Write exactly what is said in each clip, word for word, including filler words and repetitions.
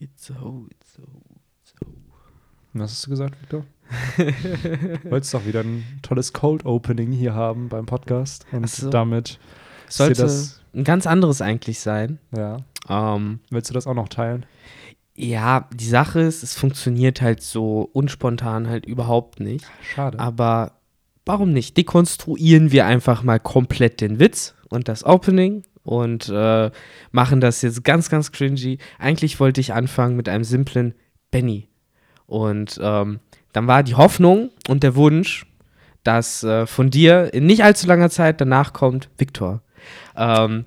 It's a ho, it's a ho, it's a ho. Was hast du gesagt, Victor? Du wolltest doch wieder ein tolles Cold Opening hier haben beim Podcast. Und so. damit sollte das, ein ganz anderes eigentlich sein. ja. Ähm, Willst du das auch noch teilen? ja, die Sache ist, es funktioniert halt so unspontan halt überhaupt nicht. Schade. Aber warum nicht? Dekonstruieren wir einfach mal komplett den Witz und das Opening und äh, machen das jetzt ganz, ganz cringy. Eigentlich wollte ich anfangen mit einem simplen Benny. Und ähm, dann war die Hoffnung und der Wunsch, dass äh, von dir in nicht allzu langer Zeit danach kommt Victor. Ähm,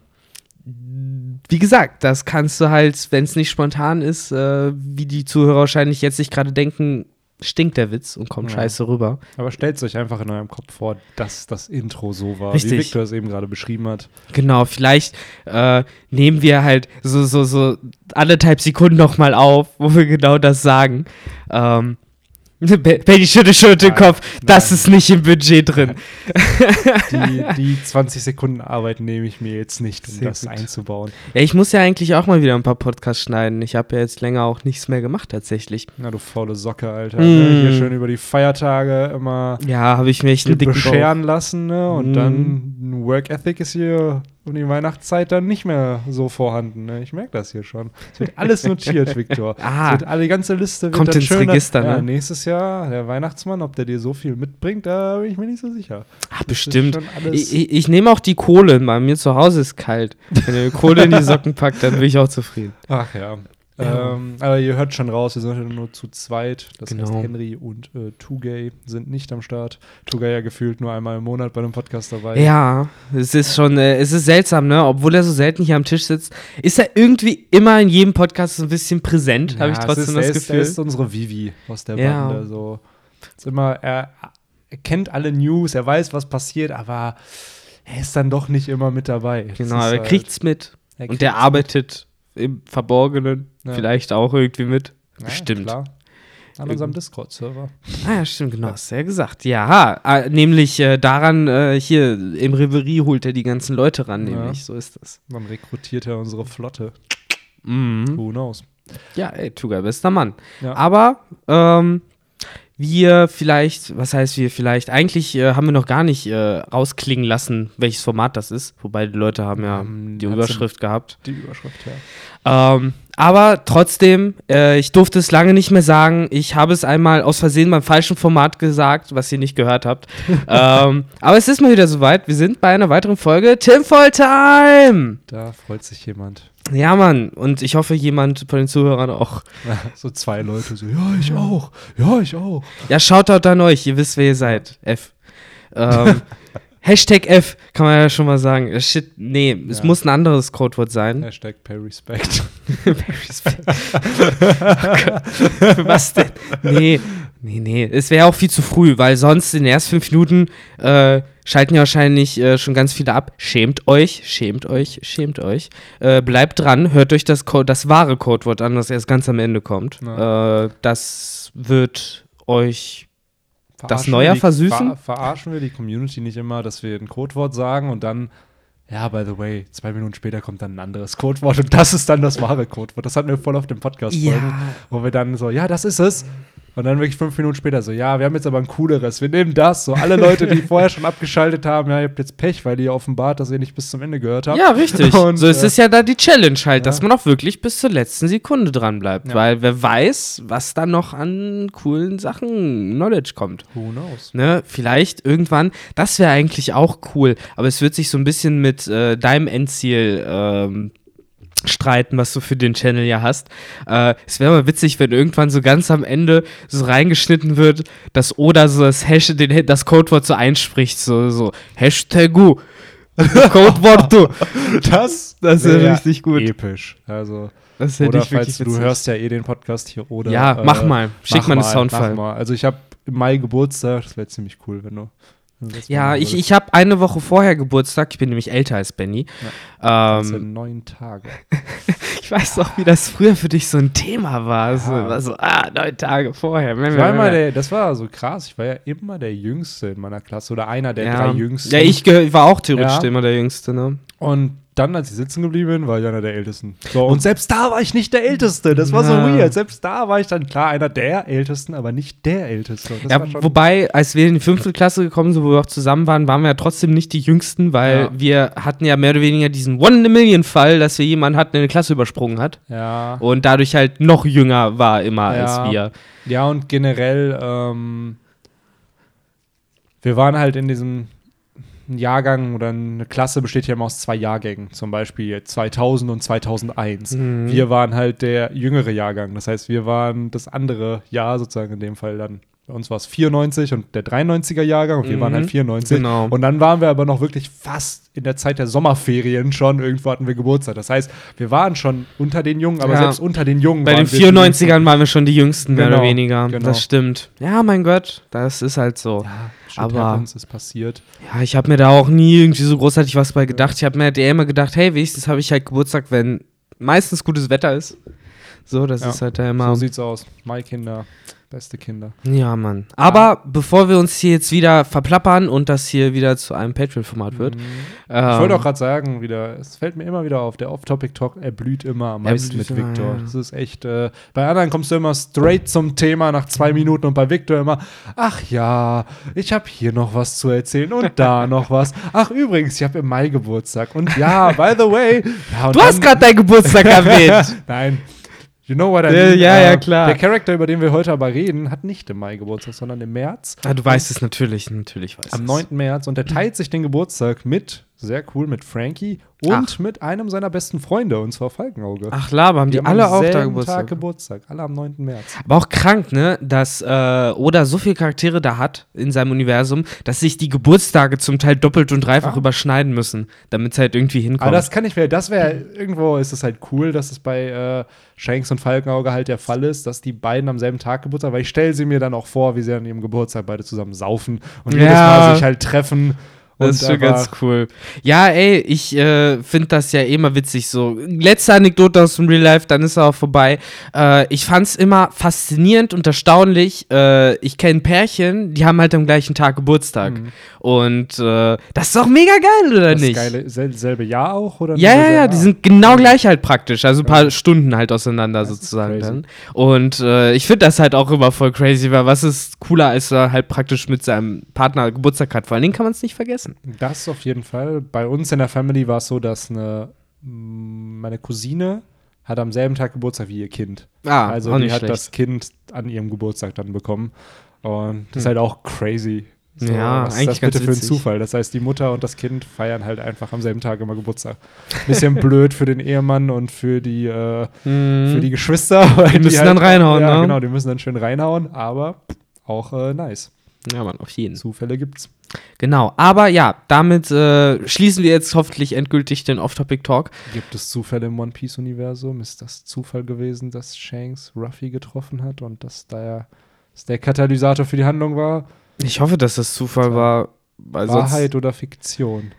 wie gesagt, das kannst du halt, wenn es nicht spontan ist, äh, wie die Zuhörer wahrscheinlich jetzt sich gerade denken, stinkt der Witz und kommt Ja. scheiße rüber. Aber stellt euch einfach in eurem Kopf vor, dass das Intro so war, Richtig. wie Victor es eben gerade beschrieben hat. Genau, vielleicht äh, nehmen wir halt so, so, so anderthalb Sekunden nochmal auf, wo wir genau das sagen. Ähm, Benny schüttelt schon den Nein, Kopf, das nein. ist nicht im Budget drin. Die, die zwanzig Sekunden Arbeit nehme ich mir jetzt nicht, um Sehr das gut. einzubauen. Ja, ich muss ja eigentlich auch mal wieder ein paar Podcasts schneiden. Ich habe ja jetzt länger auch nichts mehr gemacht tatsächlich. Na, du faule Socke, Alter. Mm. Ne? Hier schön über die Feiertage immer Ja, habe ich mir echt einen dicken Bauch. bescheren lassen, ne? Und Mm. dann ein Work Ethic ist hier um die Weihnachtszeit dann nicht mehr so vorhanden, ne? Ich merke das hier schon. Es wird alles notiert, Victor. Ah. Es wird alle, die ganze Liste wird Kommt dann ins schön, Register, ja, ne? nächstes Jahr, der Weihnachtsmann, ob der dir so viel mitbringt, da bin ich mir nicht so sicher. Ach, Das bestimmt. ist schon alles- Ich, ich, ich nehme auch die Kohle. Bei mir zu Hause ist kalt. Wenn ihr Kohle in die Socken packt, dann bin ich auch zufrieden. Ach ja. Ja. Ähm, aber ihr hört schon raus, wir sind heute nur zu zweit. Das Genau. heißt, Henry und äh, Tugay sind nicht am Start. Tugay ja gefühlt nur einmal im Monat bei einem Podcast dabei. Ja, es ist schon, äh, es ist seltsam, ne? Obwohl er so selten hier am Tisch sitzt, ist er irgendwie immer in jedem Podcast so ein bisschen präsent, Ja, habe ich es trotzdem ist, das er ist, Gefühl. Er ist unsere Vivi aus der Ja. Bande. So. Ist immer, er, er kennt alle News, er weiß, was passiert, aber er ist dann doch nicht immer mit dabei. Das Genau, ist aber er halt- kriegt's mit. er Und kriegt's der mit. arbeitet im Verborgenen Ja. vielleicht auch irgendwie mit. Ja, Bestimmt. Klar. An unserem Discord-Server. Ah ja, stimmt, genau, hast du ja gesagt. Ja, äh, nämlich äh, daran, äh, hier im Reverie holt er die ganzen Leute ran, Ja. nämlich, so ist das. Dann rekrutiert er unsere Flotte. Mhm. Who knows? Ja, ey, Tuga, bester Mann. Ja. Aber ähm, wir vielleicht, was heißt wir vielleicht, eigentlich äh, haben wir noch gar nicht äh, rausklingen lassen, welches Format das ist. Wobei die Leute haben ja Ähm, die hat's Überschrift gehabt. Die Überschrift, ja. Ähm, aber trotzdem, äh, ich durfte es lange nicht mehr sagen. Ich habe es einmal aus Versehen beim falschen Format gesagt, was ihr nicht gehört habt. ähm, aber es ist mal wieder soweit. Wir sind bei einer weiteren Folge Tinfoil Time. Da freut sich jemand. Ja, Mann. Und ich hoffe, jemand von den Zuhörern auch. So zwei Leute so, ja, ich auch. Ja, ich auch. Ja, Shoutout an euch. Ihr wisst, wer ihr seid. F. Ähm, Hashtag F, kann man ja schon mal sagen. Äh, Shit, nee, es Ja. muss ein anderes Codewort sein. Hashtag Pay Respect. Für was denn? Nee, nee, nee. Es wäre auch viel zu früh, weil sonst in den ersten fünf Minuten äh, schalten ja wahrscheinlich äh, schon ganz viele ab. Schämt euch, schämt euch, schämt euch. Äh, bleibt dran, hört euch das, Co- das wahre Codewort an, das erst ganz am Ende kommt. Ja. Äh, das wird euch Das Verarschen Neujahr wir die, versüßen? Ver, verarschen wir die Community nicht immer, dass wir ein Codewort sagen und dann, ja, by the way, zwei Minuten später kommt dann ein anderes Codewort und das ist dann das wahre Codewort. Das hatten wir voll auf dem Podcast, Ja. wo wir dann so, ja, das ist es. Und dann wirklich fünf Minuten später so, ja, wir haben jetzt aber ein cooleres, wir nehmen das. So, alle Leute, die vorher schon abgeschaltet haben, ja, ihr habt jetzt Pech, weil ihr offenbart, dass ihr nicht bis zum Ende gehört habt. Ja, richtig. Und, so ist äh, es ja da die Challenge halt, ja. dass man auch wirklich bis zur letzten Sekunde dran bleibt. Ja. Weil wer weiß, was da noch an coolen Sachen, Knowledge kommt. Who knows? Ne, vielleicht irgendwann, das wäre eigentlich auch cool, aber es wird sich so ein bisschen mit äh, deinem Endziel ähm, streiten, was du für den Channel ja hast. Äh, es wäre mal witzig, wenn irgendwann so ganz am Ende so reingeschnitten wird, dass Oda so das, Hash, den, das Codewort so einspricht, so, so Hashtagu, Codewort du. Das, Das ist wär richtig gut. Episch. Also, Das hätte oder ich wirklich falls du witzig. hörst ja eh den Podcast hier, oder? Ja, mach mal. Schick mach mal eine Mach Soundfile. mal. Also ich habe im Mai Geburtstag, das wäre ziemlich cool, wenn du wenn du das Ja, machen ich, würdest. ich habe eine Woche vorher Geburtstag, ich bin nämlich älter als Benny. Das Ähm, sind neun Tage. Ich weiß noch, wie das früher für dich so ein Thema war. So, Ja. war so ah, neun Tage vorher. Ich war immer der, das war so krass, ich war ja immer der Jüngste in meiner Klasse oder einer der ja. drei Jüngsten. Ja, ich gehör, war auch theoretisch Ja. immer der Jüngste, ne? Und dann, als ich sitzen geblieben bin, war ich einer der Ältesten. So, und selbst da war ich nicht der Älteste. Das war so weird. Selbst da war ich dann klar einer der Ältesten, aber nicht der Älteste. Das ja, war schon wobei, als wir in die fünfte Klasse gekommen sind, wo wir auch zusammen waren, waren wir ja trotzdem nicht die Jüngsten, weil ja. wir hatten ja mehr oder weniger diesen One-in-a-Million-Fall, dass wir jemanden hatten, der eine Klasse übersprungen hat. Ja. Und dadurch halt noch jünger war immer ja. als wir. Ja, und generell, ähm, wir waren halt in diesem Jahrgang oder eine Klasse besteht ja immer aus zwei Jahrgängen, zum Beispiel zweitausend und zweitausendeins. Mhm. Wir waren halt der jüngere Jahrgang, das heißt, wir waren das andere Jahr sozusagen in dem Fall dann. Bei uns war es vierundneunzig und der dreiundneunziger Jahrgang und wir Mhm. waren halt vierundneunzig. Genau. Und dann waren wir aber noch wirklich fast in der Zeit der Sommerferien schon, irgendwo hatten wir Geburtstag. Das heißt, wir waren schon unter den Jungen, aber Ja. selbst unter den Jungen Bei waren den wir vierundneunzigern waren wir schon die Jüngsten, mehr Genau, oder weniger. genau. Das stimmt. Ja, mein Gott, das ist halt so. Ja, shit Aber- happens, ist passiert. Ja, ich habe mir da auch nie irgendwie so großartig was bei gedacht. Ich habe mir halt eher immer gedacht, hey, wenigstens habe ich halt Geburtstag, wenn meistens gutes Wetter ist. So, das Ja, ist halt da immer. So sieht's aus. My Kinder, beste Kinder. Ja, Mann. Aber bevor wir uns hier jetzt wieder verplappern und das hier wieder zu einem Patreon-Format wird. Mhm. Ähm, Ich wollte auch gerade sagen, wieder, es fällt mir immer wieder auf, der Off-Topic-Talk erblüht immer am Er meisten mit blüht immer, Victor. ja. Das ist echt, äh, bei anderen kommst du immer straight zum Thema nach zwei Minuten und bei Victor immer, ach ja, ich habe hier noch was zu erzählen und da noch was. Ach übrigens, ich habe im Mai Geburtstag und ja, by the way. Ja, und du hast gerade deinen Geburtstag erwähnt. Nein. You know what I Ja, mean? ja, ja, Äh, klar. Der Charakter, über den wir heute aber reden, hat nicht im Mai Geburtstag, sondern im März. Ah, du weißt es natürlich, natürlich weißt Am es. neunten März. Und er teilt sich den Geburtstag mit, sehr cool, mit Frankie und Ach. mit einem seiner besten Freunde, und zwar Falkenauge. Ach, Laber, haben die, haben alle am auch da selben Geburtstag? Tag Geburtstag. Alle am neunten März. Aber auch krank, ne, dass äh, Oda so viele Charaktere da hat in seinem Universum, dass sich die Geburtstage zum Teil doppelt und dreifach Ah. überschneiden müssen, damit es halt irgendwie hinkommt. Aber das kann ich mir, das wäre, irgendwo ist es halt cool, dass es bei äh, Shanks und Falkenauge halt der Fall ist, dass die beiden am selben Tag Geburtstag, weil ich stelle sie mir dann auch vor, wie sie an ihrem Geburtstag beide zusammen saufen und Ja. jedes Mal sich halt treffen. Das und ist schon einfach- ganz cool. Ja, ey, ich äh, finde das ja immer witzig so. Letzte Anekdote aus dem Real Life, dann ist er auch vorbei. Äh, ich fand's immer faszinierend und erstaunlich. Äh, ich kenne Pärchen, die haben halt am gleichen Tag Geburtstag. Mhm. Und äh, das ist doch mega geil, oder Das nicht? geile, sel selbe Jahr auch? Oder Ja, nur ja, ja, selber? die sind genau gleich halt praktisch, also ein paar Ja. Stunden halt auseinander Das ist sozusagen crazy. dann. Und äh, ich finde das halt auch immer voll crazy, weil was ist cooler, als er halt praktisch mit seinem Partner Geburtstag hat. Vor allen Dingen kann man es nicht vergessen. Das auf jeden Fall. Bei uns in der Family war es so, dass eine, m, meine Cousine hat am selben Tag Geburtstag wie ihr Kind. Ah, also auch die nicht hat schlecht. das Kind an ihrem Geburtstag dann bekommen. Und das ist Hm. halt auch crazy. So, Ja, was ist eigentlich das bitte ganz für ein witzig. Zufall? Das heißt, die Mutter und das Kind feiern halt einfach am selben Tag immer Geburtstag. Bisschen blöd für den Ehemann und für die, äh, Mhm. für die Geschwister. Weil Die müssen dann reinhauen, Ja, ne? genau, die müssen dann schön reinhauen, aber auch äh, nice. Ja, Mann, auf jeden. Zufälle gibt's. Genau, aber ja, damit äh, schließen wir jetzt hoffentlich endgültig den Off-Topic-Talk. Gibt es Zufälle im One Piece-Universum? Ist das Zufall gewesen, dass Shanks Ruffy getroffen hat und dass der, dass der Katalysator für die Handlung war? Ich hoffe, dass das Zufall war. Weil sonst- Wahrheit oder Fiktion?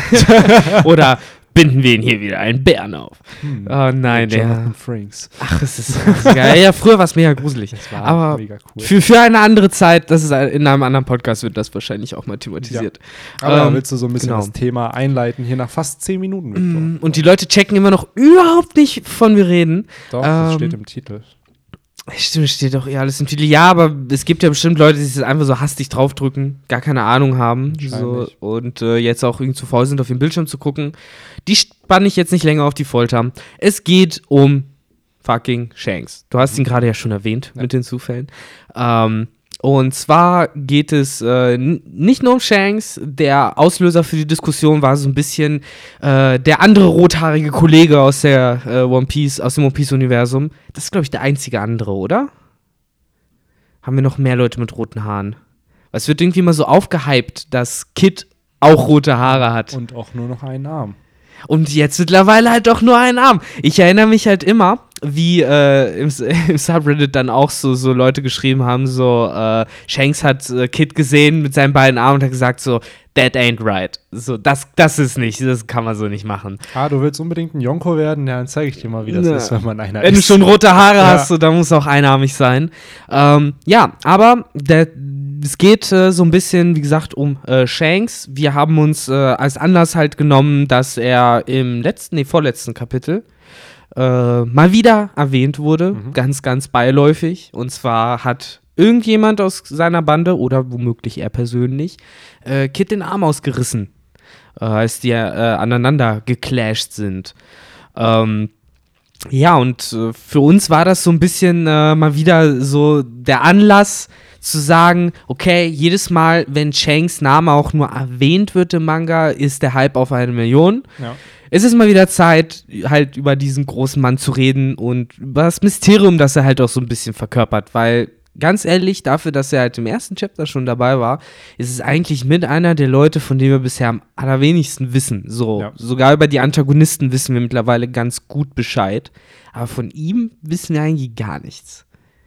Oder binden wir ihn hier wieder einen Bären auf. Hm. Oh nein, Jonathan der. Frakes. Ach, es ist so geil. Ja, früher war es mega gruselig. Das war Aber mega cool. Für, für eine andere Zeit, das ist ein- in einem anderen Podcast wird das wahrscheinlich auch mal thematisiert. Aber ähm, willst du so ein bisschen genau. das Thema einleiten hier nach fast zehn Minuten, Victor? Mm, Und die Leute checken immer noch überhaupt nicht, wovon wir reden. Doch, das ähm, steht im Titel. Stimmt, steht doch eh alles im Titel. Ja, aber es gibt ja bestimmt Leute, die sich einfach so hastig draufdrücken, gar keine Ahnung haben so, Wahrscheinlich. und äh, jetzt auch irgendwie zu faul sind, auf den Bildschirm zu gucken. Die spanne ich jetzt nicht länger auf die Folter. Es geht um fucking Shanks. Du hast ihn gerade ja schon erwähnt Ja. mit den Zufällen. Ähm, und zwar geht es äh, n- nicht nur um Shanks. Der Auslöser für die Diskussion war so ein bisschen äh, der andere rothaarige Kollege aus der äh, One Piece, aus dem One Piece Universum. Das ist, glaube ich, der einzige andere, oder? Haben wir noch mehr Leute mit roten Haaren? Weil es wird irgendwie immer so aufgehypt, dass Kid auch rote Haare hat. Und auch nur noch einen Arm. Und jetzt mittlerweile halt doch nur einen Arm. Ich erinnere mich halt immer, wie äh, im, im Subreddit dann auch so, so Leute geschrieben haben, so äh, Shanks hat äh, Kid gesehen mit seinen beiden Armen und hat gesagt so, that ain't right. So, das, das ist nicht, das kann man so nicht machen. Ah, du willst unbedingt ein Yonko werden? Ja, dann zeige ich dir mal, wie das Na. ist, wenn man einer Wenn du ist. schon rote Haare Ja. hast, so, dann muss auch einarmig sein. Ähm, ja, aber der, es geht äh, so ein bisschen, wie gesagt, um äh, Shanks. Wir haben uns äh, als Anlass halt genommen, dass er im letzten, nee, vorletzten Kapitel äh, mal wieder erwähnt wurde, mhm. ganz, ganz beiläufig. Und zwar hat irgendjemand aus seiner Bande oder womöglich er persönlich äh, Kid den Arm ausgerissen, äh, als die äh, aneinander geclasht sind. Ähm, ja, und äh, für uns war das so ein bisschen äh, mal wieder so der Anlass zu sagen, okay, jedes Mal, wenn Shanks Name auch nur erwähnt wird im Manga, ist der Hype auf eine Million. Ja. Es ist mal wieder Zeit, halt über diesen großen Mann zu reden und über das Mysterium, das er halt auch so ein bisschen verkörpert, weil ganz ehrlich, dafür, dass er halt im ersten Chapter schon dabei war, ist es eigentlich mit einer der Leute, von denen wir bisher am allerwenigsten wissen. So, ja. Sogar über die Antagonisten wissen wir mittlerweile ganz gut Bescheid. Aber von ihm wissen wir eigentlich gar nichts.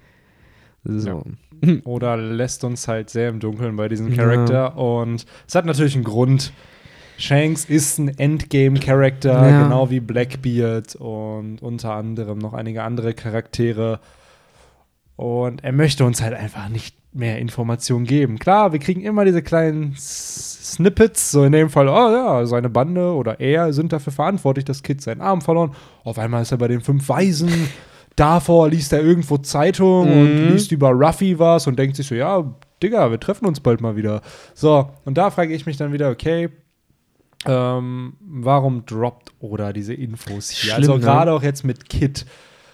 So. Ja. Oder lässt uns halt sehr im Dunkeln bei diesem Charakter. Ja. Und es hat natürlich einen Grund. Shanks ist ein Endgame-Charakter, ja. Genau wie Blackbeard und unter anderem noch einige andere Charaktere. Und er möchte uns halt einfach nicht mehr Informationen geben. Klar, wir kriegen immer diese kleinen Snippets, so in dem Fall, oh ja, seine Bande oder er sind dafür verantwortlich, dass Kid seinen Arm verloren. Auf einmal ist er bei den fünf Weisen. Davor liest er irgendwo Zeitung mhm. und liest über Ruffy was und denkt sich so, ja, Digga, wir treffen uns bald mal wieder. So, und da frage ich mich dann wieder, okay, ähm, warum droppt Oda diese Infos hier? Schlimm, also gerade ne? auch jetzt mit Kid.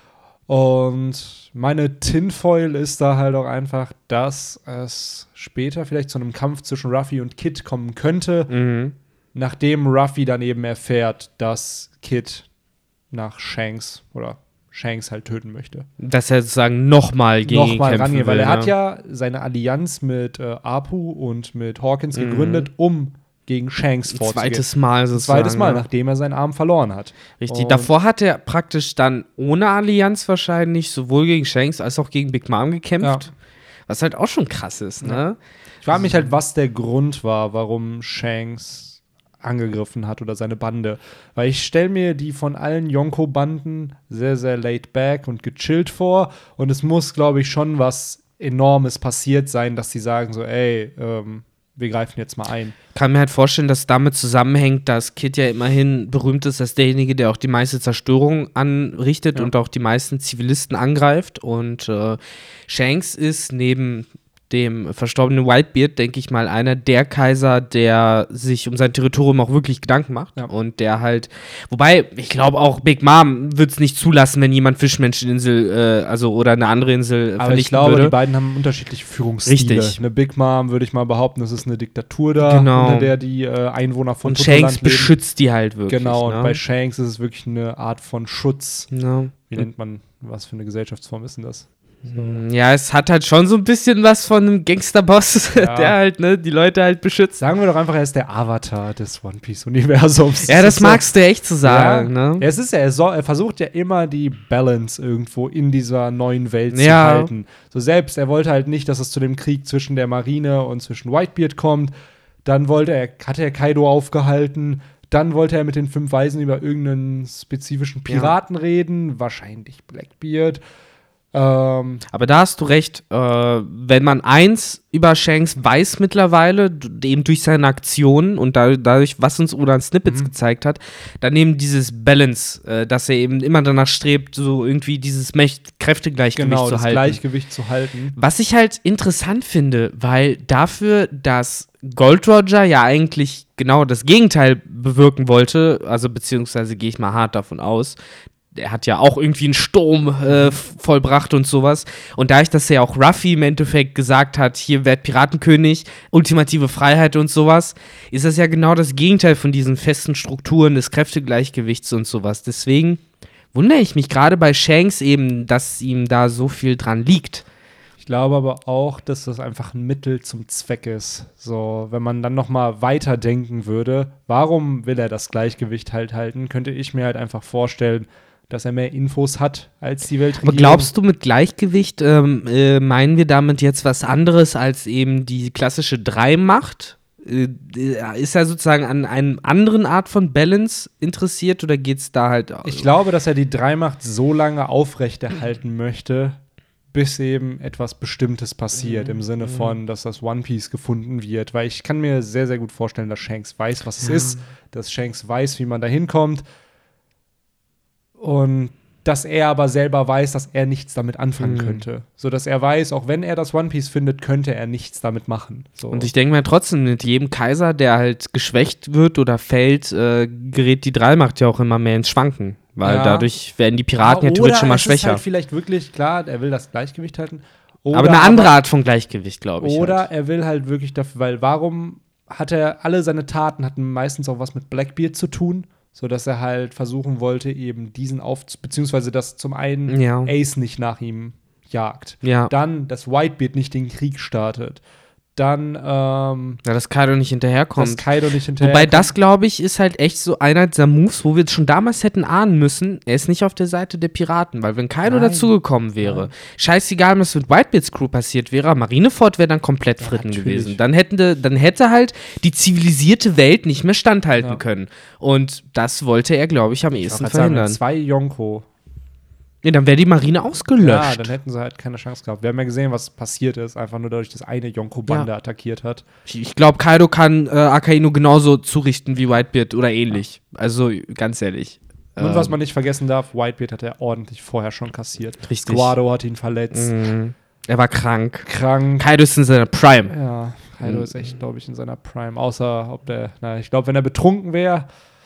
Und meine Tinfoil ist da halt auch einfach, dass es später vielleicht zu einem Kampf zwischen Ruffy und Kid kommen könnte, mhm. nachdem Ruffy dann eben erfährt, dass Kid nach Shanks oder Shanks halt töten möchte. Dass er sozusagen nochmal gegen ihn nochmal kämpfen rangeht, weil will, er ne? hat ja seine Allianz mit äh, Apu und mit Hawkins mhm. gegründet, um gegen Shanks vorzugehen. Zweites Mal sozusagen. Zweites Mal, ja. nachdem er seinen Arm verloren hat. Richtig, und davor hat er praktisch dann ohne Allianz wahrscheinlich sowohl gegen Shanks als auch gegen Big Mom gekämpft. Ja. Was halt auch schon krass ist, ne? Ja. Ich frage mich halt, was der Grund war, warum Shanks angegriffen hat oder seine Bande. Weil ich stelle mir die von allen Yonko-Banden sehr, sehr laid back und gechillt vor. Und es muss, glaube ich, schon was Enormes passiert sein, dass sie sagen so, ey, ähm, wir greifen jetzt mal ein. Ich kann mir halt vorstellen, dass damit zusammenhängt, dass Kid ja immerhin berühmt ist als derjenige, der auch die meiste Zerstörung anrichtet ja. und auch die meisten Zivilisten angreift. Und äh, Shanks ist neben dem verstorbenen Whitebeard, denke ich mal, einer der Kaiser, der sich um sein Territorium auch wirklich Gedanken macht. Ja. Und der halt, wobei, ich glaube auch Big Mom wird es nicht zulassen, wenn jemand Fischmenscheninsel, äh, also oder eine andere Insel Aber vernichten ich glaube, würde. die beiden haben unterschiedliche Führungsstile. Richtig. Eine Big Mom, würde ich mal behaupten, das ist eine Diktatur da, genau. unter der die äh, Einwohner von Und Shanks leben. Beschützt die halt wirklich. Genau, ne? Und bei Shanks ist es wirklich eine Art von Schutz. Ja. Wie nennt man, was für eine Gesellschaftsform ist denn das? Ja, es hat halt schon so ein bisschen was von einem Gangsterboss, ja. der halt, ne, die Leute halt beschützt. Sagen wir doch einfach, er ist der Avatar des One-Piece-Universums. Ja, das, das magst so, du echt zu sagen, ja. ne? Ja, es ist ja, er, soll, er versucht ja immer die Balance irgendwo in dieser neuen Welt ja. zu halten. So selbst, er wollte halt nicht, dass es zu dem Krieg zwischen der Marine und zwischen Whitebeard kommt. Dann wollte er, hatte er Kaido aufgehalten. Dann wollte er mit den fünf Weisen über irgendeinen spezifischen Piraten ja. reden. Wahrscheinlich Blackbeard. Ähm, Aber da hast du recht, äh, wenn man eins über Shanks weiß mittlerweile, eben durch seine Aktionen und da, dadurch, was uns Oda an Snippets mhm. gezeigt hat, dann eben dieses Balance, äh, dass er eben immer danach strebt, so irgendwie dieses Mächt- Kräftegleichgewicht genau, zu das halten. Gleichgewicht zu halten. Was ich halt interessant finde, weil dafür, dass Gold Roger ja eigentlich genau das Gegenteil bewirken wollte, also beziehungsweise gehe ich mal hart davon aus, er hat ja auch irgendwie einen Sturm äh, vollbracht und sowas. Und dadurch, dass er auch Ruffy im Endeffekt gesagt hat, hier werd Piratenkönig, ultimative Freiheit und sowas, ist das ja genau das Gegenteil von diesen festen Strukturen des Kräftegleichgewichts und sowas. Deswegen wundere ich mich gerade bei Shanks eben, dass ihm da so viel dran liegt. Ich glaube aber auch, dass das einfach ein Mittel zum Zweck ist. So, wenn man dann noch mal weiterdenken würde, warum will er das Gleichgewicht halt halten, könnte ich mir halt einfach vorstellen, dass er mehr Infos hat als die Weltregierung. Aber glaubst du, mit Gleichgewicht ähm, äh, meinen wir damit jetzt was anderes als eben die klassische Drei-Macht? Äh, ist er sozusagen an einer anderen Art von Balance interessiert oder geht es da halt? Ich glaube, dass er die Dreimacht so lange aufrechterhalten möchte, bis eben etwas Bestimmtes passiert, Mhm. im Sinne Mhm. von, dass das One Piece gefunden wird. Weil ich kann mir sehr, sehr gut vorstellen, dass Shanks weiß, was es Ja. ist, dass Shanks weiß, wie man da hinkommt und dass er aber selber weiß, dass er nichts damit anfangen Mhm. könnte. So dass er weiß, auch wenn er das One Piece findet, könnte er nichts damit machen. So. Und ich denke mir trotzdem, mit jedem Kaiser, der halt geschwächt wird oder fällt, äh, gerät die Dreimacht ja auch immer mehr ins Schwanken. Weil Ja. dadurch werden die Piraten ja oder theoretisch immer es ist schwächer. halt vielleicht wirklich, klar, er will das Gleichgewicht halten. Oder aber eine andere Art von Gleichgewicht, glaube ich. Oder halt. er will halt wirklich dafür, weil warum hat er, alle seine Taten hatten meistens auch was mit Blackbeard zu tun, sodass er halt versuchen wollte, eben diesen auf, beziehungsweise dass zum einen Ja. Ace nicht nach ihm jagt, Ja. dann, dass Whitebeard nicht den Krieg startet, dann, ähm, Ja, dass Kaido nicht dass hinterherkommt. Kaido nicht hinterher Wobei das, glaube ich, ist halt echt so einer dieser Moves, wo wir schon damals hätten ahnen müssen, er ist nicht auf der Seite der Piraten, weil wenn Kaido Nein. dazugekommen wäre, Nein. scheißegal, was mit Whitebeards Crew passiert wäre, Marineford wäre dann komplett Ja, fritten natürlich. gewesen. Dann, hätten de, dann hätte halt die zivilisierte Welt nicht mehr standhalten Ja. können. Und das wollte er, glaube ich, am Ich ehesten wollte gerade sagen, wenn verhindern. zwei Yonko. Nee, dann wäre die Marine Ja, ausgelöscht. dann hätten sie halt keine Chance gehabt. Wir haben ja gesehen, was passiert ist, einfach nur dadurch, dass eine Yonko-Bande Ja. attackiert hat. ich ich glaube, Kaido kann äh, Akainu genauso zurichten wie Whitebeard oder ähnlich. Also, ganz ehrlich. Und Ähm, was man nicht vergessen darf, Whitebeard hat er ordentlich vorher schon kassiert. Richtig. Squado hat ihn verletzt. Mhm. Er war krank. Krank. Kaido ist in seiner Prime. Ja, Kaido Mhm. ist echt, glaube ich, in seiner Prime. Außer, ob der, na, ich glaube, wenn er betrunken wäre.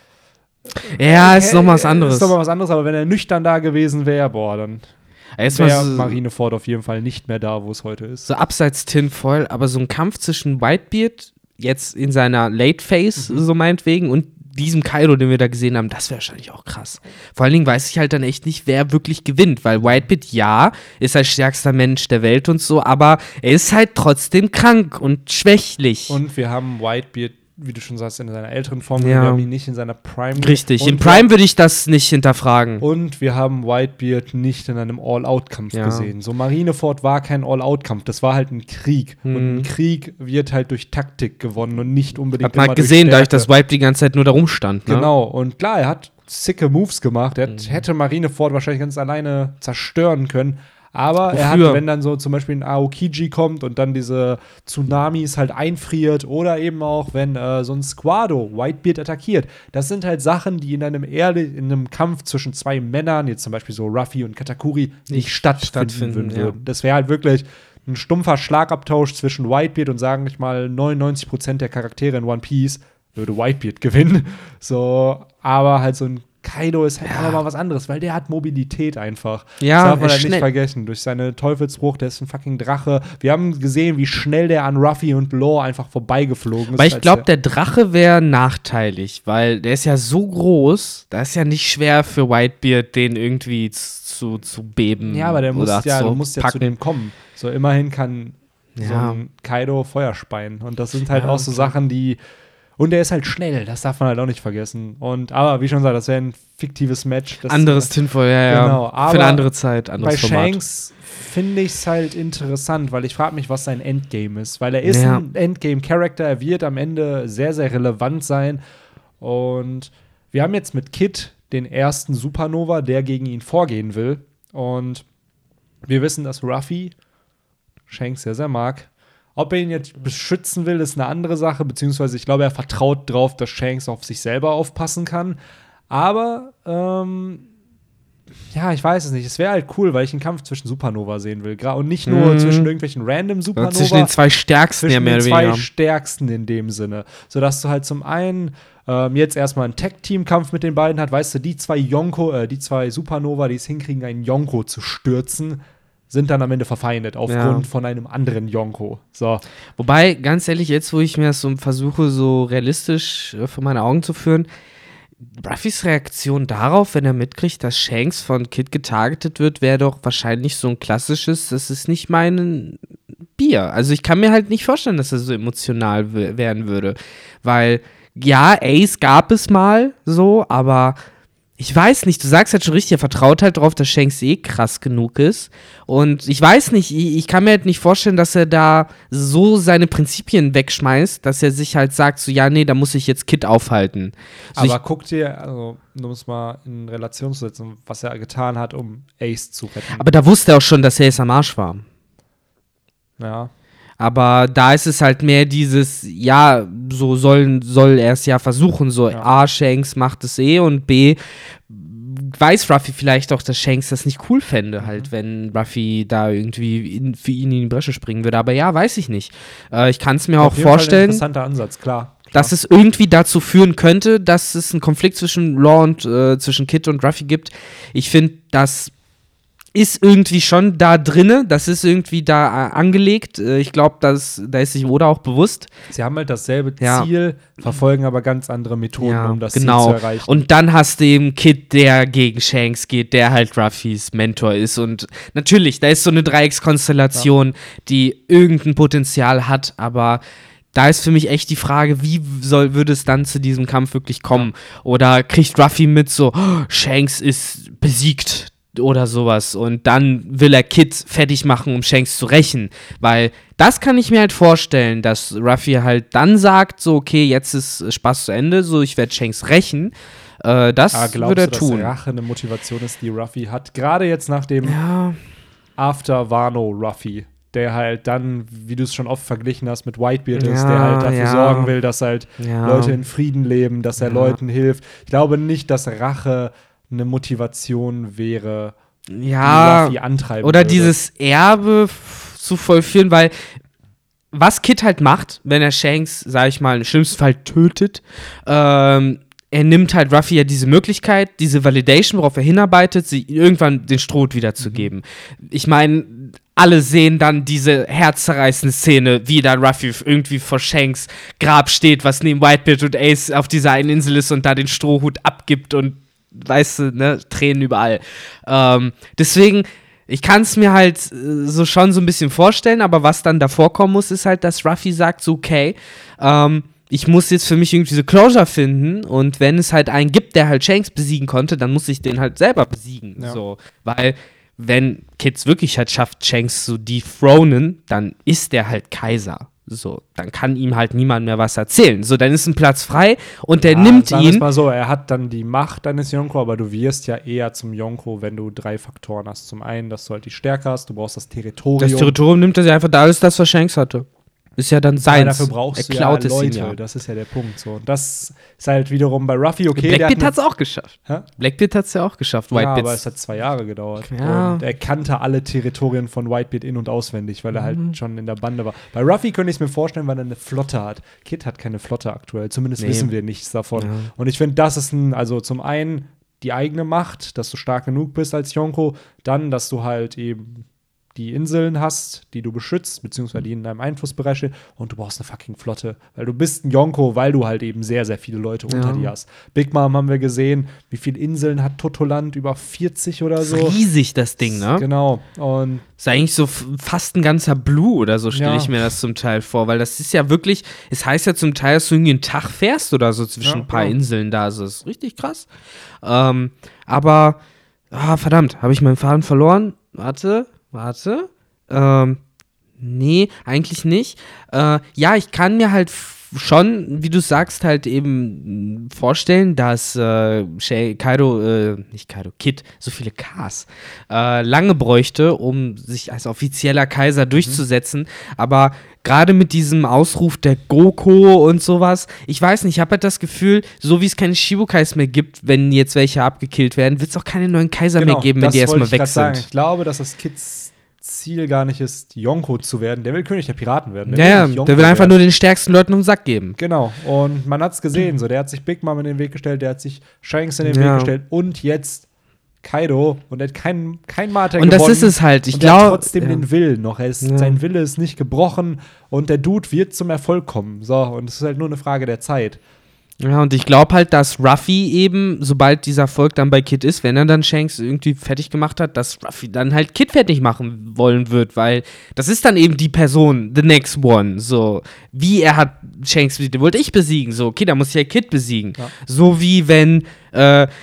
Ja, ist nochmal was anderes. Ist nochmal was anderes, aber wenn er nüchtern da gewesen wäre, boah, dann Erstmal wäre so, Marineford auf jeden Fall nicht mehr da, wo es heute ist. so abseits Tinfoil, aber so ein Kampf zwischen Whitebeard, jetzt in seiner Late Phase, Mhm. so meinetwegen, und diesem Kaido, den wir da gesehen haben, das wäre wahrscheinlich auch krass. Vor allen Dingen weiß ich halt dann echt nicht, wer wirklich gewinnt, weil Whitebeard, ja, ist halt stärkster Mensch der Welt und so, aber er ist halt trotzdem krank und schwächlich. Und wir haben Whitebeard, wie du schon sagst, in seiner älteren Form, Ja. wir haben ihn nicht in seiner Prime. Richtig, und in wir- Prime würde ich das nicht hinterfragen. Und wir haben Whitebeard nicht in einem All-Out-Kampf Ja. gesehen. So Marineford war kein All-Out-Kampf, das war halt ein Krieg. Mhm. Und ein Krieg wird halt durch Taktik gewonnen und nicht unbedingt Hat man immer halt gesehen, durch dadurch, Stärke. dass White die ganze Zeit nur da rumstand. Ne? Genau, und klar, er hat sicke Moves gemacht. Er hat, Mhm. hätte Marineford wahrscheinlich ganz alleine zerstören können. Aber er Wofür? hat, wenn dann so zum Beispiel ein Aokiji kommt und dann diese Tsunamis halt einfriert oder eben auch, wenn äh, so ein Squado Whitebeard attackiert. Das sind halt Sachen, die in einem ehrlich, in einem Kampf zwischen zwei Männern, jetzt zum Beispiel so Ruffy und Katakuri, nicht, Nicht stattfinden, stattfinden, würden. ja. Das wäre halt wirklich ein stumpfer Schlagabtausch zwischen Whitebeard und, sagen wir mal, neunundneunzig Prozent der Charaktere in One Piece würde Whitebeard gewinnen. So, aber halt so ein Kaido ist halt Ja. auch noch mal was anderes, weil der hat Mobilität einfach. Ja, das darf man er halt schnell- nicht vergessen. Durch seine Teufelsbruch, der ist ein fucking Drache. Wir haben gesehen, wie schnell der an Ruffy und Law einfach vorbeigeflogen ist. Weil ich als glaube, der- der Drache wäre nachteilig, weil der ist ja so groß, da ist ja nicht schwer für Whitebeard, den irgendwie zu, zu beben. Ja, aber der muss oder ja, zu du musst ja zu packen. dem kommen. So, immerhin kann so Ja. ein Kaido Feuer speien. Und das sind halt Ja, auch so klar. Sachen, die. Und der ist halt schnell, das darf man halt auch nicht vergessen. Und aber wie schon gesagt, das wäre ein fiktives Match. Das, Anderes Tinfoil, ja, ja. Genau, Für aber eine andere Zeit, anderes Bei Format. Shanks finde ich es halt interessant, weil ich frage mich, was sein Endgame ist. Weil er ist Ja. ein Endgame-Charakter, er wird am Ende sehr, sehr relevant sein. Und wir haben jetzt mit Kid den ersten Supernova, der gegen ihn vorgehen will. Und wir wissen, dass Ruffy Shanks sehr, sehr mag. Ob er ihn jetzt beschützen will, ist eine andere Sache, beziehungsweise ich glaube, er vertraut drauf, dass Shanks auf sich selber aufpassen kann. Aber, ähm, ja, ich weiß es nicht. Es wäre halt cool, weil ich einen Kampf zwischen Supernova sehen will. Gra- Und nicht nur Mhm. zwischen irgendwelchen random Supernova. Zwischen den zwei Stärksten, ja, zwischen mehr den oder zwei weniger. Stärksten in dem Sinne. Sodass du halt zum einen ähm, jetzt erstmal einen Tag-Team-Kampf mit den beiden hat. Weißt du, die zwei Yonko, äh, die zwei Supernova, die es hinkriegen, einen Yonko zu stürzen, sind dann am Ende verfeindet aufgrund Ja. von einem anderen Yonko. So. Wobei, ganz ehrlich, jetzt, wo ich mir das so versuche, so realistisch äh, vor meine Augen zu führen, Ruffys Reaktion darauf, wenn er mitkriegt, dass Shanks von Kid getargetet wird, wäre doch wahrscheinlich so ein klassisches, das ist nicht mein Bier. Also ich kann mir halt nicht vorstellen, dass er so emotional w- werden würde. Weil, ja, Ace gab es mal so, aber ich weiß nicht, du sagst halt schon richtig, er vertraut halt drauf, dass Shanks eh krass genug ist. Und ich weiß nicht, ich, ich kann mir halt nicht vorstellen, dass er da so seine Prinzipien wegschmeißt, dass er sich halt sagt, so, ja, nee, da muss ich jetzt Kid aufhalten. So, Aber ich, guck dir, also, um es mal in Relation zu setzen, was er getan hat, um Ace zu retten. aber da wusste er auch schon, dass er jetzt am Arsch war. Ja. Aber da ist es halt mehr dieses, ja, so sollen, soll er es ja versuchen, so Ja. A, Shanks macht es eh und B, weiß Ruffy vielleicht auch, dass Shanks das nicht cool fände, Mhm. halt, wenn Ruffy da irgendwie in, für ihn in die Bresche springen würde. Aber ja, weiß ich nicht. Äh, ich kann es mir auch Auf jeden Fall ein vorstellen, interessanter Ansatz, klar. klar. dass es irgendwie dazu führen könnte, dass es einen Konflikt zwischen Law und äh, zwischen Kid und Ruffy gibt. Ich finde, das ist irgendwie schon da drinne, das ist irgendwie da äh, angelegt. Äh, ich glaube, da ist sich Oda auch bewusst. Sie haben halt dasselbe Ja. Ziel, verfolgen aber ganz andere Methoden, um das genau. Ziel zu erreichen. Und dann hast du eben Kid, der gegen Shanks geht, der halt Ruffys Mentor ist. Und natürlich, da ist so eine Dreieckskonstellation, die irgendein Potenzial hat, aber da ist für mich echt die Frage, wie soll, würde es dann zu diesem Kampf wirklich kommen? Oder kriegt Ruffy mit so, oh, Shanks ist besiegt oder sowas und dann will er Kid fertig machen, um Shanks zu rächen, weil das kann ich mir halt vorstellen, dass Ruffy halt dann sagt, so okay, jetzt ist Spaß zu Ende, so ich werde Shanks rächen, äh, das Ah, glaubst würde er du, tun. dass Rache eine Motivation ist, die Ruffy hat? Gerade jetzt nach dem Ja, After Wano Ruffy, der halt dann, wie du es schon oft verglichen hast, mit Whitebeard ist, Ja, der halt dafür ja. sorgen will, dass halt ja. Leute in Frieden leben, dass er Ja. Leuten hilft. Ich glaube nicht, dass Rache eine Motivation wäre, die ja, Ruffy antreiben oder würde. dieses Erbe f- zu vollführen, weil was Kid halt macht, wenn er Shanks, sag ich mal, im schlimmsten Fall tötet, ähm, er nimmt halt Ruffy ja diese Möglichkeit, diese Validation, worauf er hinarbeitet, sie irgendwann den Stroh wiederzugeben. Mhm. Ich meine, alle sehen dann diese herzzerreißende Szene, wie dann Ruffy irgendwie vor Shanks Grab steht, was neben Whitebeard und Ace auf dieser einen Insel ist und da den Strohhut abgibt und weißt du, ne, Tränen überall. Ähm, deswegen, ich kann es mir halt äh, so schon so ein bisschen vorstellen, aber was dann davor kommen muss, ist halt, dass Ruffy sagt, so okay, ähm, ich muss jetzt für mich irgendwie so Closure finden und wenn es halt einen gibt, der halt Shanks besiegen konnte, dann muss ich den halt selber besiegen. Ja. So, weil wenn Kids wirklich halt schafft, Shanks zu dethronen, dann ist der halt Kaiser. So, dann kann ihm halt niemand mehr was erzählen. So, dann ist ein Platz frei und der Ja, nimmt sagen wir's ihn. mal so, er hat dann die Macht deines Yonko, aber du wirst ja eher zum Yonko, wenn du drei Faktoren hast. Zum einen, dass du halt die Stärke hast, du brauchst das Territorium. Das Territorium nimmt er sich einfach da alles das, was Shanks hatte. Ist ja dann Ja, seins. dafür brauchst er du ja klaut es ihm Leute, ja. das ist ja der Punkt. So. Und das ist halt wiederum bei Ruffy okay. der Blackbeard hat hat es auch geschafft. Hä? Blackbeard hat es ja auch geschafft. ja, Whitebeard. aber es hat zwei Jahre gedauert. Ja. Und er kannte alle Territorien von Whitebeard in- und auswendig, weil er Mhm. halt schon in der Bande war. Bei Ruffy könnte ich es mir vorstellen, weil er eine Flotte hat. Kid hat keine Flotte aktuell, zumindest Nee. wissen wir nichts davon. Ja. Und ich finde, das ist ein, also zum einen die eigene Macht, dass du stark genug bist als Yonko, dann, dass du halt eben die Inseln hast, die du beschützt, beziehungsweise die in deinem Einflussbereich stehen, und du brauchst eine fucking Flotte, weil du bist ein Yonko, weil du halt eben sehr, sehr viele Leute Ja. unter dir hast. Big Mom haben wir gesehen, wie viele Inseln hat Totoland, über vierzig oder Das so. ist riesig, das Ding, ne? Genau, und Ist eigentlich so f- fast ein ganzer Blue oder so, stelle Ja. ich mir das zum Teil vor. Weil das ist ja wirklich, es heißt ja zum Teil, dass du irgendwie einen Tag fährst oder so zwischen Ja, ein paar genau. Inseln da. Also das ist richtig krass. Ähm, aber, ah, verdammt, habe ich meinen Faden verloren? Warte, warte. Ähm, nee, eigentlich nicht. Äh, ja, ich kann mir halt f- schon, wie du sagst, halt eben mh, vorstellen, dass äh, Shay, Kaido, äh, nicht Kaido, Kid, so viele Ks, äh, lange bräuchte, um sich als offizieller Kaiser durchzusetzen. Aber gerade mit diesem Ausruf der Goko und sowas, ich weiß nicht, ich habe halt das Gefühl, so wie es keine Shibukais mehr gibt, wenn jetzt welche abgekillt werden, wird es auch keine neuen Kaiser genau, mehr geben, wenn das die erstmal wollte ich weg grad sagen. sind. Ich glaube, dass das Kids Ziel gar nicht ist, Yonko zu werden. Der will König der Piraten werden. Ja, ja, nicht Yonko der will einfach werden. nur den stärksten Leuten auf den Sack geben. Genau, und man hat's gesehen, so, der hat sich Big Mom in den Weg gestellt, der hat sich Shanks in den Ja. Weg gestellt und jetzt Kaido, und er hat kein, kein Mal hat er Und das gewonnen. ist es halt. Ich und er hat glaube. trotzdem Ja. den Willen noch. Er ist, Ja. Sein Wille ist nicht gebrochen und der Dude wird zum Erfolg kommen. So, und es ist halt nur eine Frage der Zeit. Ja, und ich glaube halt, dass Ruffy eben, sobald dieser Erfolg dann bei Kid ist, wenn er dann Shanks irgendwie fertig gemacht hat, dass Ruffy dann halt Kid fertig machen wollen wird, weil das ist dann eben die Person, the next one, so. Wie er hat Shanks besiegt, den wollte ich besiegen, so, okay, da muss ich ja Kid besiegen. Ja. So wie wenn, äh,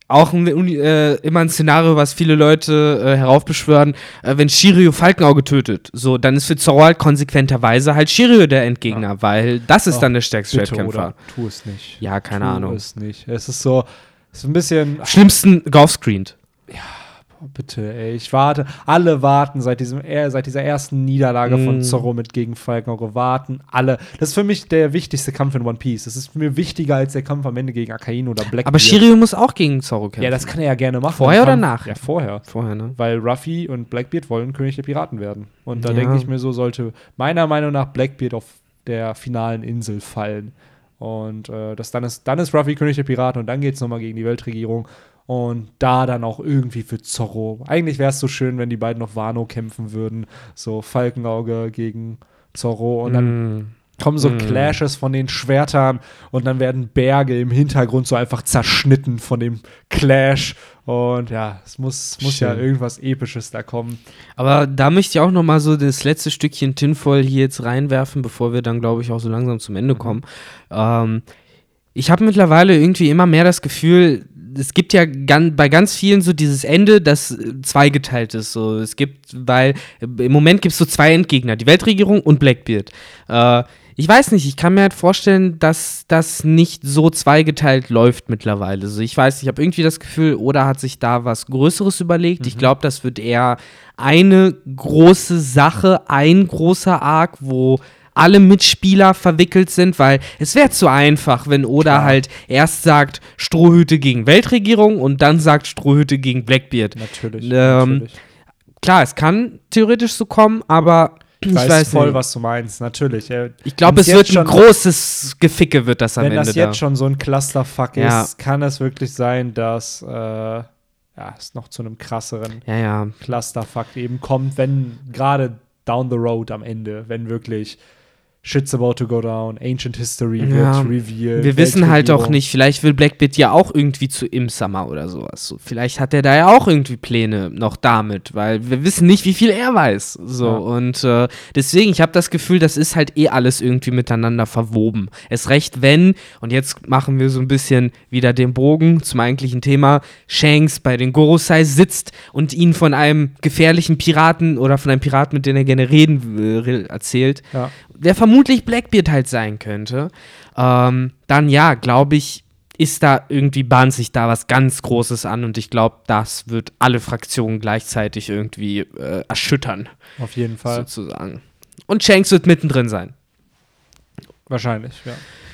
auch ein, äh, immer ein Szenario, was viele Leute äh, heraufbeschwören, äh, wenn Shiryu Falkenauge tötet, so, dann ist für Zorro halt konsequenterweise halt Shiryu der Endgegner, ja. weil das ist oh, dann der stärkste Schwertkämpfer. Tu es nicht. Ja, keine tu Ahnung. Tu es nicht. Es ist so, es ist ein bisschen... Schlimmsten geoffscreened. Ja, boah, bitte, ey. Ich warte, alle warten seit, diesem, seit dieser ersten Niederlage mm. von Zorro mit gegen Falkenauge. Warten alle. Das ist für mich der wichtigste Kampf in One Piece. Das ist mir wichtiger als der Kampf am Ende gegen Akainu oder Blackbeard. Aber Shiryu muss auch gegen Zorro kämpfen. Ja, das kann er ja gerne machen. Vorher oder nachher? Ja, vorher. Vorher, ne? Weil Ruffy und Blackbeard wollen König der Piraten werden. Und da ja. denke ich mir so, sollte meiner Meinung nach Blackbeard auf der finalen Insel fallen. Und äh, das dann ist, dann ist Ruffy König der Piraten und dann geht es nochmal gegen die Weltregierung. Und da dann auch irgendwie für Zorro. Eigentlich wäre es so schön, wenn die beiden auf Wano kämpfen würden. So Falkenauge gegen Zorro. Und dann mm. kommen so mm. Clashes von den Schwertern. Und dann werden Berge im Hintergrund so einfach zerschnitten von dem Clash. Und ja, es muss, muss ja irgendwas Episches da kommen. Aber da möchte ich auch noch mal so das letzte Stückchen Tinfoil hier jetzt reinwerfen, bevor wir dann, glaube ich, auch so langsam zum Ende kommen. Mhm. Ähm, ich habe mittlerweile irgendwie immer mehr das Gefühl, es gibt ja gan- bei ganz vielen so dieses Ende, das zweigeteilt ist. So. Es gibt, weil im Moment gibt es so zwei Endgegner, die Weltregierung und Blackbeard. Äh, ich weiß nicht, ich kann mir halt vorstellen, dass das nicht so zweigeteilt läuft mittlerweile. Also ich weiß nicht, ich habe irgendwie das Gefühl, Oda hat sich da was Größeres überlegt. Mhm. Ich glaube, das wird eher eine große Sache, ein großer Arc, wo alle Mitspieler verwickelt sind, weil es wäre zu einfach, wenn Oda Klar. halt erst sagt Strohhüte gegen Weltregierung und dann sagt Strohhüte gegen Blackbeard. Natürlich, ähm, natürlich. Klar, es kann theoretisch so kommen, aber ich, ich weiß, weiß voll, nicht. Was du meinst, natürlich. Ich glaube, es wird ein großes Geficke, wird das am Ende da. Wenn das jetzt da. schon so ein Clusterfuck ja. ist, kann es wirklich sein, dass äh, ja, es noch zu einem krasseren ja, ja. Clusterfuck eben kommt, wenn gerade down the road am Ende, wenn wirklich Shit's about to go down, Ancient History wird ja. revealed. Wir wissen halt auch nicht, vielleicht will Blackbeard ja auch irgendwie zu Im-Summer oder sowas. So, vielleicht hat er da ja auch irgendwie Pläne noch damit, weil wir wissen nicht, wie viel er weiß. So, ja. und äh, deswegen, ich habe das Gefühl, das ist halt eh alles irgendwie miteinander verwoben. Es recht, wenn, und jetzt machen wir so ein bisschen wieder den Bogen zum eigentlichen Thema, Shanks bei den Gorosei sitzt und ihn von einem gefährlichen Piraten oder von einem Piraten, mit dem er gerne reden will, erzählt. Ja. Der vermutlich Blackbeard halt sein könnte, ähm, dann ja, glaube ich, ist da irgendwie, bahnt sich da was ganz Großes an und ich glaube, das wird alle Fraktionen gleichzeitig irgendwie äh, erschüttern. Auf jeden Fall. Sozusagen. Und Shanks wird mittendrin sein. Wahrscheinlich, ja.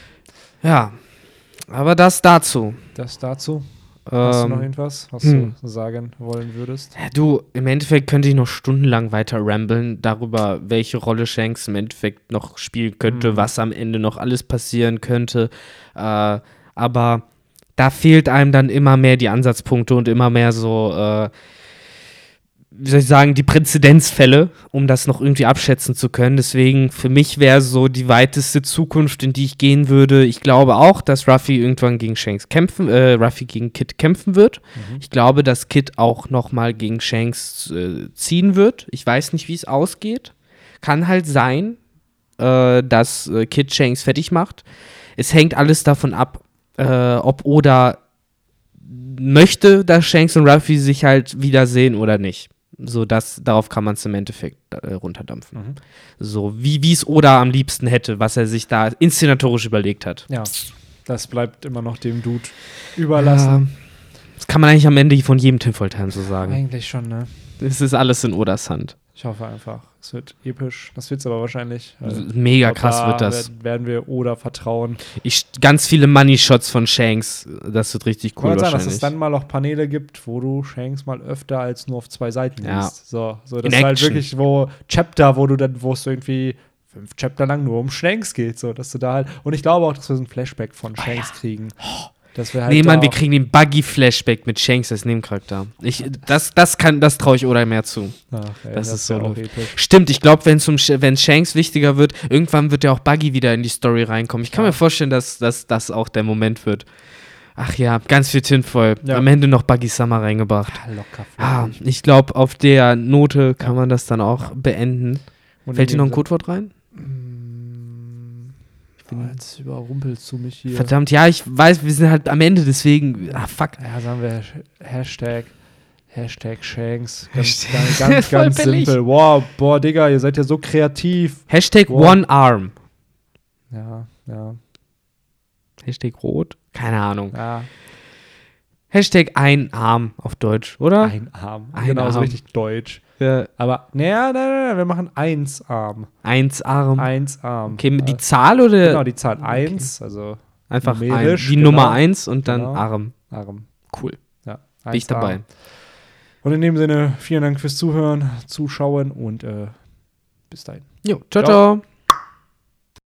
Ja, aber das dazu. Das dazu. Hast du noch irgendwas, was hm. du sagen wollen würdest? Ja, du, im Endeffekt könnte ich noch stundenlang weiter ramblen darüber, welche Rolle Shanks im Endeffekt noch spielen könnte, hm. was am Ende noch alles passieren könnte. Äh, aber da fehlt einem dann immer mehr die Ansatzpunkte und immer mehr so, äh, wie soll ich sagen, die Präzedenzfälle, um das noch irgendwie abschätzen zu können. Deswegen, für mich wäre so die weiteste Zukunft, in die ich gehen würde. Ich glaube auch, dass Ruffy irgendwann gegen Shanks kämpfen, äh, Ruffy gegen Kid kämpfen wird. Mhm. Ich glaube, dass Kid auch nochmal gegen Shanks äh, ziehen wird. Ich weiß nicht, wie es ausgeht. Kann halt sein, äh, dass äh, Kid Shanks fertig macht. Es hängt alles davon ab, äh, ob Oda möchte, dass Shanks und Ruffy sich halt wiedersehen oder nicht. So, das, darauf kann man es im Endeffekt äh, runterdampfen. Mhm. So, wie es Oda am liebsten hätte, was er sich da inszenatorisch überlegt hat. Ja, das bleibt immer noch dem Dude überlassen. Ja, das kann man eigentlich am Ende von jedem Tinfoil-Time so sagen. Eigentlich schon, ne? Es ist alles in Odas Hand. Ich hoffe einfach, es wird episch. Das wird es aber wahrscheinlich. Also mega krass da wird das. Werden wir Oda vertrauen. Ich, ganz viele Money-Shots von Shanks. Das wird richtig cool wahrscheinlich. Sagen, dass es dann mal auch Paneele gibt, wo du Shanks mal öfter als nur auf zwei Seiten ja. liest. So, so das ist halt wirklich wo Chapter, wo du dann, wo es irgendwie fünf Chapter lang nur um Shanks geht. So, dass du da halt. Und ich glaube auch, dass wir so ein Flashback von Shanks oh, ja. kriegen. Oh. Dass wir halt nee, Mann, wir kriegen den Buggy-Flashback mit Shanks als Nebencharakter. Ich, das das, das traue ich Oda mehr zu. Ach, ey, das, das ist so. Stimmt, ich glaube, wenn wenn Shanks wichtiger wird, irgendwann wird ja auch Buggy wieder in die Story reinkommen. Ich kann ja. mir vorstellen, dass das auch der Moment wird. Ach ja, ganz viel Tinfoil. Ja. Am Ende noch Buggy Summer reingebracht. Ja, locker. Ah, ich glaube, auf der Note kann ja. man das dann auch ja. beenden. Und Fällt dir noch ein Codewort rein? bin, Oh, jetzt überrumpelst du mich hier. verdammt, ja, ich weiß, wir sind halt am Ende, deswegen, ah, fuck. Ja, sagen wir Hashtag, Hashtag Shanks. Ganz, Hashtag- ganz, ganz, Voll ganz billig. simpel. Wow, boah, Digga, ihr seid ja so kreativ. Hashtag Wow. One Arm. Ja, ja, Hashtag Rot? Keine Ahnung. ja. Hashtag ein Arm auf Deutsch, oder? Ein Arm. Ein genau, so Arm. richtig deutsch. Ja. Aber, naja, nein, nein, nein, wir machen eins Arm. Eins Arm. Eins Arm. Okay, die Äh, Zahl oder Genau, die Zahl eins, also einfach ein, numerisch, die genau. Nummer eins und dann Genau. Arm. Arm. Cool. Ja, Bin ich eins dabei. Arm. Und in dem Sinne, vielen Dank fürs Zuhören, Zuschauen und äh, bis dahin. Jo, ciao, Ciao. ciao.